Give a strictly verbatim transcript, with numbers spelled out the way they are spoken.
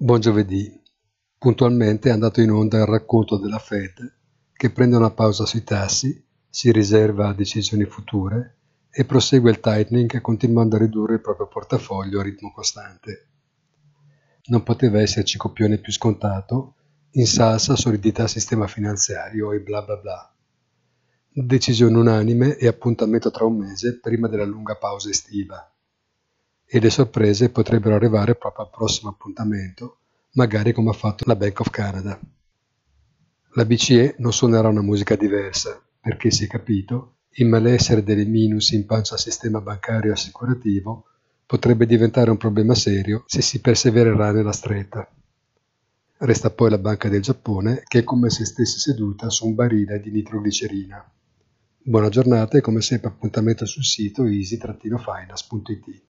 Buon giovedì. Puntualmente è andato in onda il racconto della Fed che prende una pausa sui tassi, si riserva decisioni future e prosegue il tightening continuando a ridurre il proprio portafoglio a ritmo costante. Non poteva esserci copione più scontato, in salsa solidità sistema finanziario e bla bla bla. Decisione unanime e appuntamento tra un mese prima della lunga pausa estiva. E le sorprese potrebbero arrivare proprio al prossimo appuntamento, magari come ha fatto la Bank of Canada. La B C E non suonerà una musica diversa, perché si è capito, il malessere delle minus in pancia al sistema bancario e assicurativo potrebbe diventare un problema serio se si persevererà nella stretta. Resta poi la Banca del Giappone, che è come se stesse seduta su un barile di nitroglicerina. Buona giornata e come sempre appuntamento sul sito easy-finance punto it.